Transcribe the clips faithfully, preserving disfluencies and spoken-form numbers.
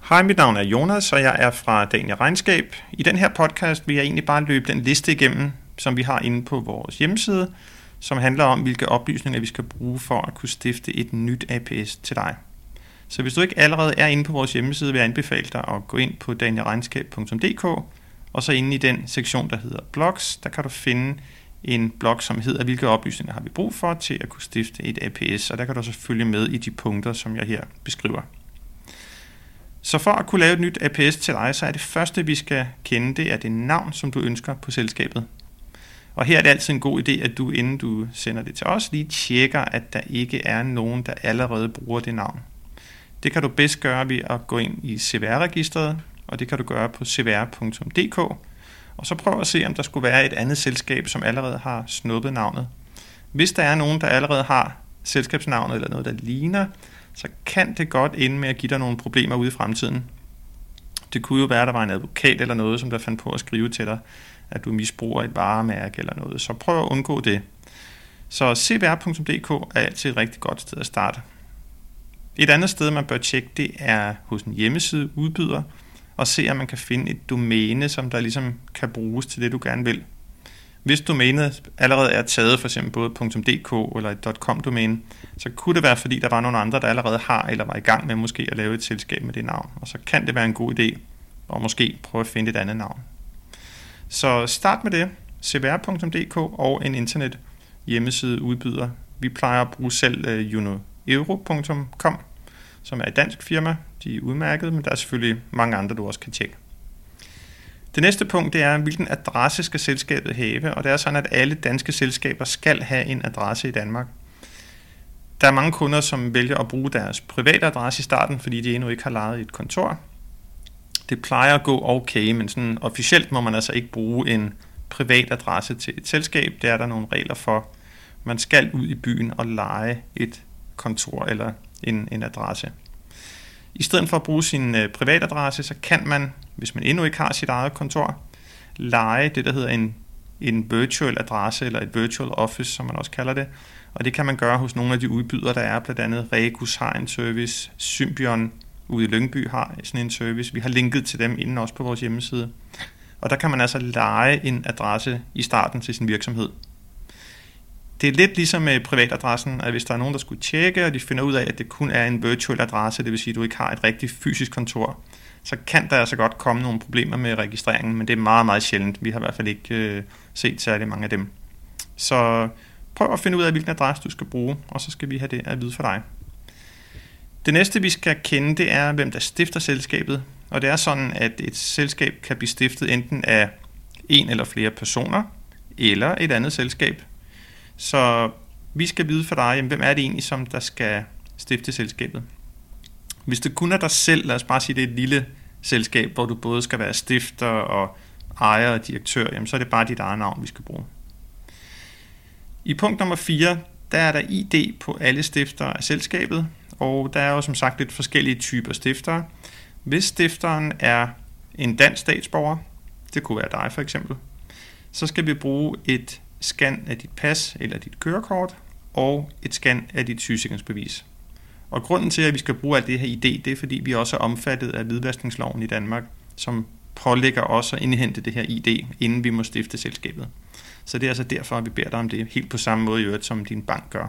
Hej, mit navn er Jonas, og jeg er fra Dania Regnskab. I den her podcast vil jeg egentlig bare løbe den liste igennem, som vi har inde på vores hjemmeside, som handler om, hvilke oplysninger vi skal bruge for at kunne stifte et nyt A P S til dig. Så hvis du ikke allerede er inde på vores hjemmeside, vil jeg anbefale dig at gå ind på dania regnskab punktum d k, og så inde i den sektion, der hedder blogs, der kan du finde en blog, som hedder, hvilke oplysninger har vi brug for til at kunne stifte et A P S, og der kan du så følge med i de punkter, som jeg her beskriver. Så for at kunne lave et nyt A P S til dig, så er det første, vi skal kende, det er det navn, som du ønsker på selskabet. Og her er det altid en god idé, at du, inden du sender det til os, lige tjekker, at der ikke er nogen, der allerede bruger det navn. Det kan du bedst gøre ved at gå ind i C V R-registret, og det kan du gøre på c v r punktum d k. Og så prøv at se, om der skulle være et andet selskab, som allerede har snuppet navnet. Hvis der er nogen, der allerede har selskabsnavnet eller noget, der ligner, så kan det godt ende med at give dig nogle problemer ude i fremtiden. Det kunne jo være, at der var en advokat eller noget, som der fandt på at skrive til dig, at du misbruger et varemærke eller noget. Så prøv at undgå det. Så c v r punktum d k er altid et rigtig godt sted at starte. Et andet sted, man bør tjekke, det er hos en hjemmeside udbyder, og se, om man kan finde et domæne, som der ligesom kan bruges til det, du gerne vil. Hvis domænet allerede er taget, for eksempel både .dk eller et .com-domæne, så kunne det være, fordi der var nogle andre, der allerede har eller var i gang med måske at lave et selskab med det navn. Og så kan det være en god idé at måske prøve at finde et andet navn. Så start med det, c v r punktum d k og en internet hjemmeside udbyder. Vi plejer at bruge selv uh, junoeuro punktum com, som er et dansk firma. De er udmærket, men der er selvfølgelig mange andre, du også kan tjekke. Det næste punkt, det er, hvilken adresse skal selskabet have, og det er sådan, at alle danske selskaber skal have en adresse i Danmark. Der er mange kunder, som vælger at bruge deres private adresse i starten, fordi de endnu ikke har lejet et kontor. Det plejer at gå okay, men sådan officielt må man altså ikke bruge en privat adresse til et selskab. Der er der nogle regler for. Man skal ud i byen og leje et kontor eller en, en adresse. I stedet for at bruge sin øh, privatadresse, så kan man, hvis man endnu ikke har sit eget kontor, leje det, der hedder en, en virtual adresse, eller et virtual office, som man også kalder det. Og det kan man gøre hos nogle af de udbydere, der er, blandt andet Regus har en service, Symbion ude i Lyngby har sådan en service. Vi har linket til dem inden også på vores hjemmeside. Og der kan man altså leje en adresse i starten til sin virksomhed. Det er lidt ligesom med privatadressen, at hvis der er nogen, der skulle tjekke, og de finder ud af, at det kun er en virtual adresse, det vil sige, at du ikke har et rigtigt fysisk kontor, så kan der altså godt komme nogle problemer med registreringen, men det er meget, meget sjældent. Vi har i hvert fald ikke øh, set særlig mange af dem. Så prøv at finde ud af, hvilken adresse du skal bruge, og så skal vi have det at vide for dig. Det næste, vi skal kende, det er, hvem der stifter selskabet. Og det er sådan, at et selskab kan blive stiftet enten af en eller flere personer, eller et andet selskab. Så vi skal vide for dig, jamen, hvem er det egentlig, som der skal stifte selskabet. Hvis det kun er dig selv, lad os bare sige, det er et lille selskab, hvor du både skal være stifter og ejer og direktør, jamen, så er det bare dit eget navn, vi skal bruge. I punkt nummer fire, der er der I D på alle stiftere af selskabet, og der er jo som sagt lidt forskellige typer stiftere. Hvis stifteren er en dansk statsborger, det kunne være dig for eksempel, så skal vi bruge et scan af dit pas eller dit kørekort og et scan af dit sygesikringsbevis. Og grunden til, at vi skal bruge alt det her I D, det er, fordi vi også er omfattet af hvidvaskningsloven i Danmark, som pålægger os at indhente det her I D, inden vi må stifte selskabet. Så det er altså derfor, at vi beder dig om det, helt på samme måde i øvrigt, som din bank gør.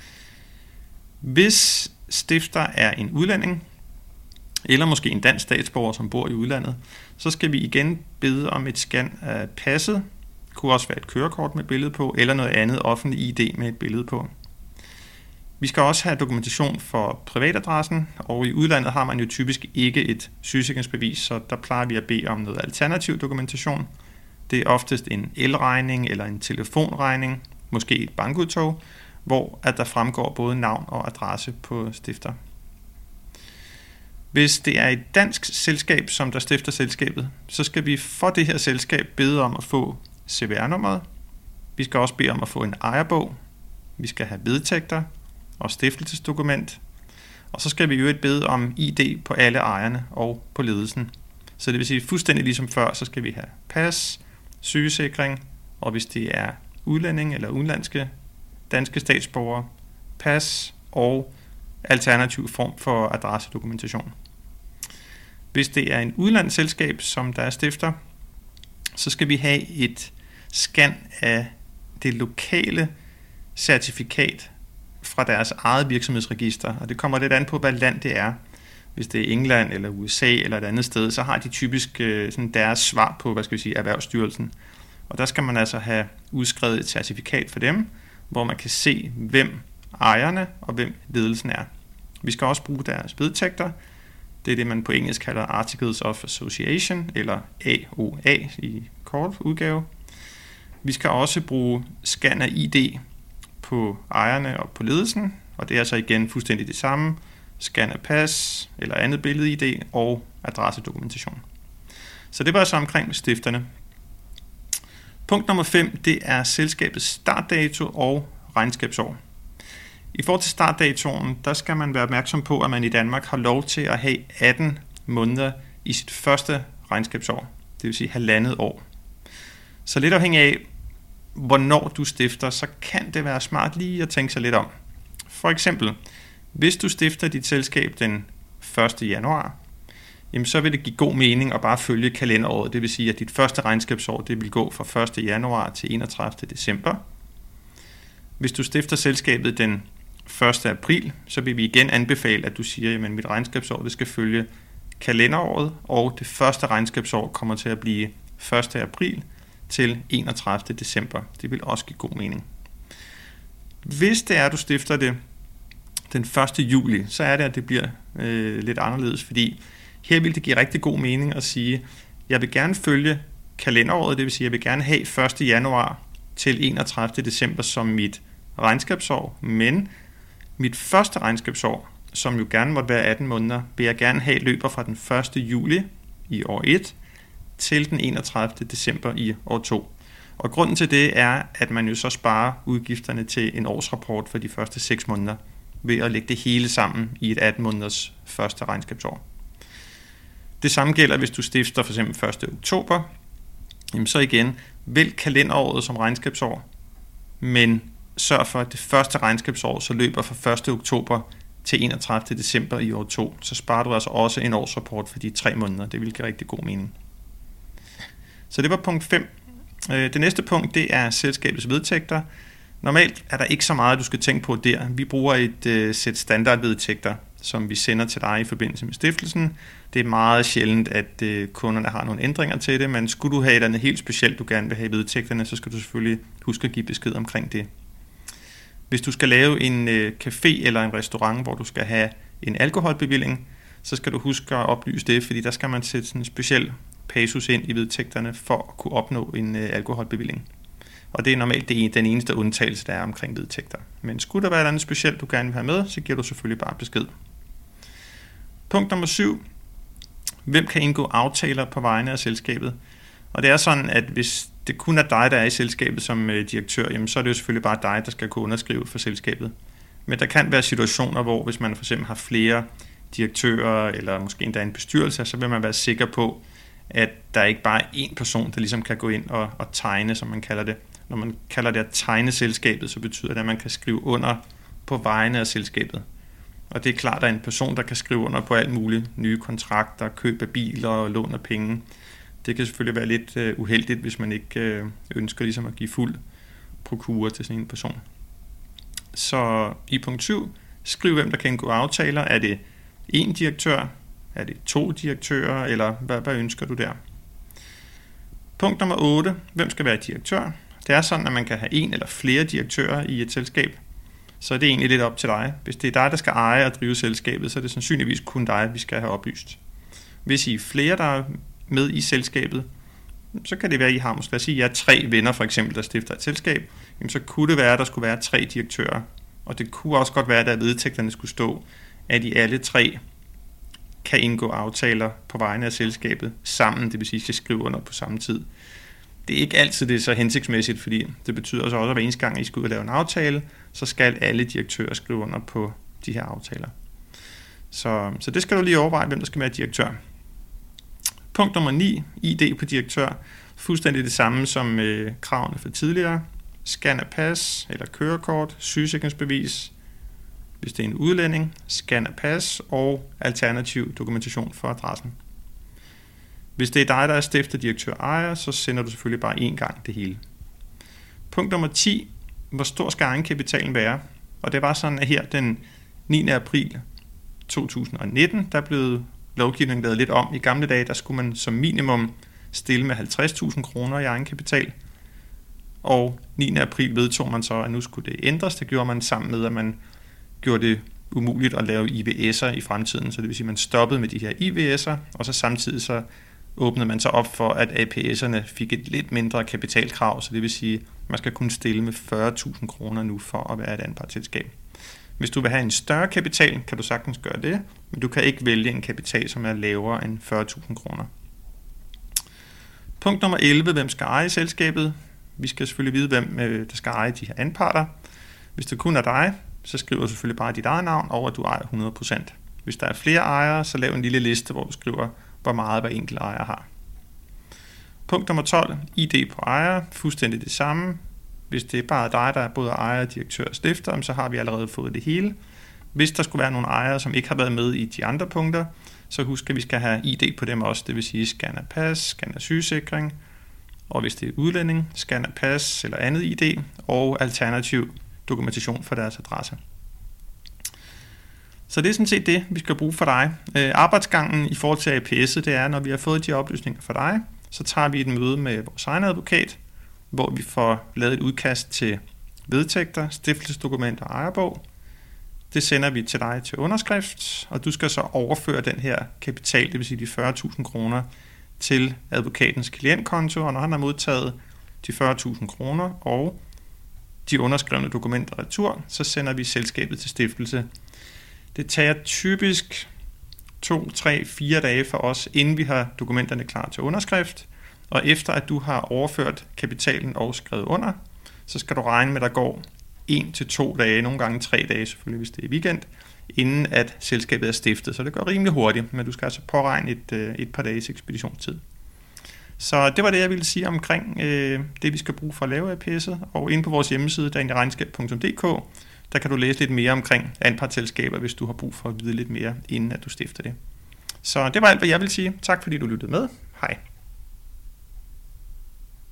Hvis stifter er en udlænding, eller måske en dansk statsborger, som bor i udlandet, så skal vi igen bede om et scan af passet. Det kunne også være et kørekort med et billede på, eller noget andet offentligt I D med et billede på. Vi skal også have dokumentation for privatadressen, og i udlandet har man jo typisk ikke et sygesikringsbevis, så der plejer vi at bede om noget alternativ dokumentation. Det er oftest en elregning eller en telefonregning, måske et bankudtog, hvor at der fremgår både navn og adresse på stifter. Hvis det er et dansk selskab, som der stifter selskabet, så skal vi for det her selskab bede om at få C V R-nummeret. Vi skal også bede om at få en ejerbog. Vi skal have vedtægter og stiftelsesdokument. Og så skal vi jo et bede om I D på alle ejerne og på ledelsen. Så det vil sige fuldstændig ligesom før, så skal vi have pas, sygesikring, og hvis det er udlænding eller udenlandske danske statsborgere, pas og alternativ form for adressedokumentation. Hvis det er en udlandsselskab, som der er stifter, så skal vi have et scan af det lokale certifikat fra deres eget virksomhedsregister, og det kommer lidt an på, hvad land det er. Hvis det er England eller U S A eller et andet sted, så har de typisk øh, sådan deres svar på, hvad skal vi sige, Erhvervsstyrelsen. Og der skal man altså have udskrevet et certifikat for dem, hvor man kan se, hvem ejerne og hvem ledelsen er. Vi skal også bruge deres vedtægter. Det er det, man på engelsk kalder Articles of Association, eller A O A i kort udgave. Vi skal også bruge scan af I D på ejerne og på ledelsen, og det er så igen fuldstændig det samme. Scan af pas eller andet billed-I D og adressedokumentation. Så det var så omkring stifterne. Punkt nummer fem, det er selskabets startdato og regnskabsår. I forhold til startdatoen, der skal man være opmærksom på, at man i Danmark har lov til at have atten måneder i sit første regnskabsår, det vil sige halvandet år. Så lidt afhængig af, hvornår du stifter, så kan det være smart lige at tænke sig lidt om. For eksempel, hvis du stifter dit selskab den første januar, jamen så vil det give god mening at bare følge kalenderåret. Det vil sige, at dit første regnskabsår det vil gå fra første januar til enogtredivte december. Hvis du stifter selskabet den første april, så vil vi igen anbefale, at du siger, at mit regnskabsår det skal følge kalenderåret, og det første regnskabsår kommer til at blive første april til enogtredivte december. Det vil også give god mening. Hvis det er, at du stifter det den første juli, så er det, at det bliver øh, lidt anderledes, fordi her vil det give rigtig god mening at sige, jeg vil gerne følge kalenderåret, det vil sige, jeg vil gerne have første januar til enogtredivte december som mit regnskabsår, men mit første regnskabsår, som jo gerne måtte være atten måneder, vil jeg gerne have løber fra den første juli i år et til den enogtredivte december i år to. Og grunden til det er, at man jo så sparer udgifterne til en årsrapport for de første seks måneder ved at lægge det hele sammen i et atten måneders første regnskabsår. Det samme gælder, hvis du stifter for eksempel første oktober, jamen så igen, vælg kalenderåret som regnskabsår, men sørg for, at det første regnskabsår så løber fra første oktober til enogtredivte december i år to. Så sparer du altså også en årsrapport for de tre måneder. Det vil give rigtig god mening. Så det var punkt fem. Det næste punkt, det er selskabets vedtægter. Normalt er der ikke så meget, du skal tænke på der. Vi bruger et øh, sæt standardvedtægter, som vi sender til dig i forbindelse med stiftelsen. Det er meget sjældent, at øh, kunderne har nogle ændringer til det, men skulle du have et andet helt specielt, du gerne vil have i vedtægterne, så skal du selvfølgelig huske at give besked omkring det. Hvis du skal lave en øh, café eller en restaurant, hvor du skal have en alkoholbevilling, så skal du huske at oplyse det, fordi der skal man sætte sådan en speciel passus ind i vedtægterne for at kunne opnå en øh, alkoholbevilling. Og det er normalt det, den eneste undtagelse, der er omkring vedtægter. Men skulle der være et andet specielt, du gerne vil have med, så giver du selvfølgelig bare besked. Punkt nummer syv. Hvem kan indgå aftaler på vegne af selskabet? Og det er sådan, at hvis det kun er dig, der er i selskabet som direktør, jamen så er det jo selvfølgelig bare dig, der skal kunne underskrive for selskabet. Men der kan være situationer, hvor hvis man for eksempel har flere direktører, eller måske endda en bestyrelse, så vil man være sikker på, at der ikke bare er én person, der ligesom kan gå ind og, og tegne, som man kalder det. Når man kalder det at tegne selskabet, så betyder det, at man kan skrive under på vegne af selskabet. Og det er klart, at der er en person, der kan skrive under på alt muligt. Nye kontrakter, køb af biler og lån af penge. Det kan selvfølgelig være lidt uh, uheldigt, hvis man ikke uh, ønsker ligesom at give fuld prokure til sådan en person. Så i punkt syv, skriv hvem der kan indgå aftaler. Er det én direktør? Er det to direktører? Eller hvad, hvad ønsker du der? Punkt nummer otte. Hvem skal være direktør? Det er sådan, at man kan have en eller flere direktører i et selskab. Så er det egentlig lidt op til dig. Hvis det er dig, der skal eje og drive selskabet, så er det sandsynligvis kun dig, vi skal have oplyst. Hvis I er flere, der er med i selskabet, så kan det være, at I har måske, lad os sige, at I er tre venner for eksempel, der stifter et selskab, jamen, så kunne det være, at der skulle være tre direktører. Og det kunne også godt være, at der vedtægterne skulle stå, at I alle tre kan indgå aftaler på vegne af selskabet sammen, det vil sige, at I skal skrive under på samme tid. Det er ikke altid det er så hensigtsmæssigt, fordi det betyder så også, at hver eneste gang, I skal ud og lave en aftale, så skal alle direktører skrive under på de her aftaler. Så, så det skal du lige overveje, hvem der skal være direktør. Punkt nummer ni, I D på direktør. Fuldstændig det samme som øh, kravene for tidligere. Scan af pas eller kørekort, sygesikringsbevis, hvis det er en udlænding, scan af pas og alternativ dokumentation for adressen. Hvis det er dig, der er stiftedirektør ejer, så sender du selvfølgelig bare én gang det hele. Punkt nummer ti. Hvor stor skal egenkapitalen være? Og det var sådan, at her den niende april to tusind nitten, der blev lovgivningen lavet lidt om. I gamle dage, der skulle man som minimum stille med halvtreds tusind kroner i egenkapital. Og niende april vedtog man så, at nu skulle det ændres. Det gjorde man sammen med, at man gjorde det umuligt at lave I V S'er i fremtiden. Så det vil sige, at man stoppede med de her I V S'er, og så samtidig så åbnede man så op for, at A P S'erne fik et lidt mindre kapitalkrav. Så det vil sige, at man skal kunne stille med fyrre tusind kroner nu for at være et anpartsselskab. Hvis du vil have en større kapital, kan du sagtens gøre det, men du kan ikke vælge en kapital, som er lavere end fyrre tusind kroner. Punkt nummer elleve. Hvem skal eje selskabet? Vi skal selvfølgelig vide, hvem der skal eje de her anparter. Hvis det kun er dig, så skriver du selvfølgelig bare dit eget navn over, at du ejer hundrede procent. Hvis der er flere ejere, så lav en lille liste, hvor du skriver, hvor meget hver enkelt ejer har. Punkt nummer tolv. I D på ejer. Fuldstændig det samme. Hvis det er bare dig, der er både ejer, direktør og stifter, så har vi allerede fået det hele. Hvis der skulle være nogle ejere, som ikke har været med i de andre punkter, så husk, at vi skal have I D på dem også. Det vil sige scan af pas, scan af sygesikring, og hvis det er udlænding, scan af pas eller andet I D, og alternativ dokumentation for deres adresse. Så det er sådan set det, vi skal bruge for dig. Arbejdsgangen i forhold til A P S'et, det er, når vi har fået de oplysninger for dig, så tager vi et møde med vores egen advokat, hvor vi får lavet et udkast til vedtægter, stiftelsesdokument og ejerbog. Det sender vi til dig til underskrift, og du skal så overføre den her kapital, det vil sige de fyrre tusind kroner, til advokatens klientkonto, og når han har modtaget de fyrre tusind kroner og de underskrevne dokumenter retur, så sender vi selskabet til stiftelse. Det tager typisk to, tre, fire dage for os, inden vi har dokumenterne klar til underskrift, og efter at du har overført kapitalen og skrevet under, så skal du regne med, at der går en til to dage, nogle gange tre dage selvfølgelig, hvis det er weekend, inden at selskabet er stiftet. Så det går rimelig hurtigt, men du skal altså påregne et, et par dages ekspeditionstid. Så det var det, jeg ville sige omkring øh, det, vi skal bruge for at lave A P S'et. Og inde på vores hjemmeside, danielregnskab punktum d k, der kan du læse lidt mere omkring anpartsselskaber, hvis du har brug for at vide lidt mere, inden at du stifter det. Så det var alt, hvad jeg vil sige. Tak fordi du lyttede med. Hej.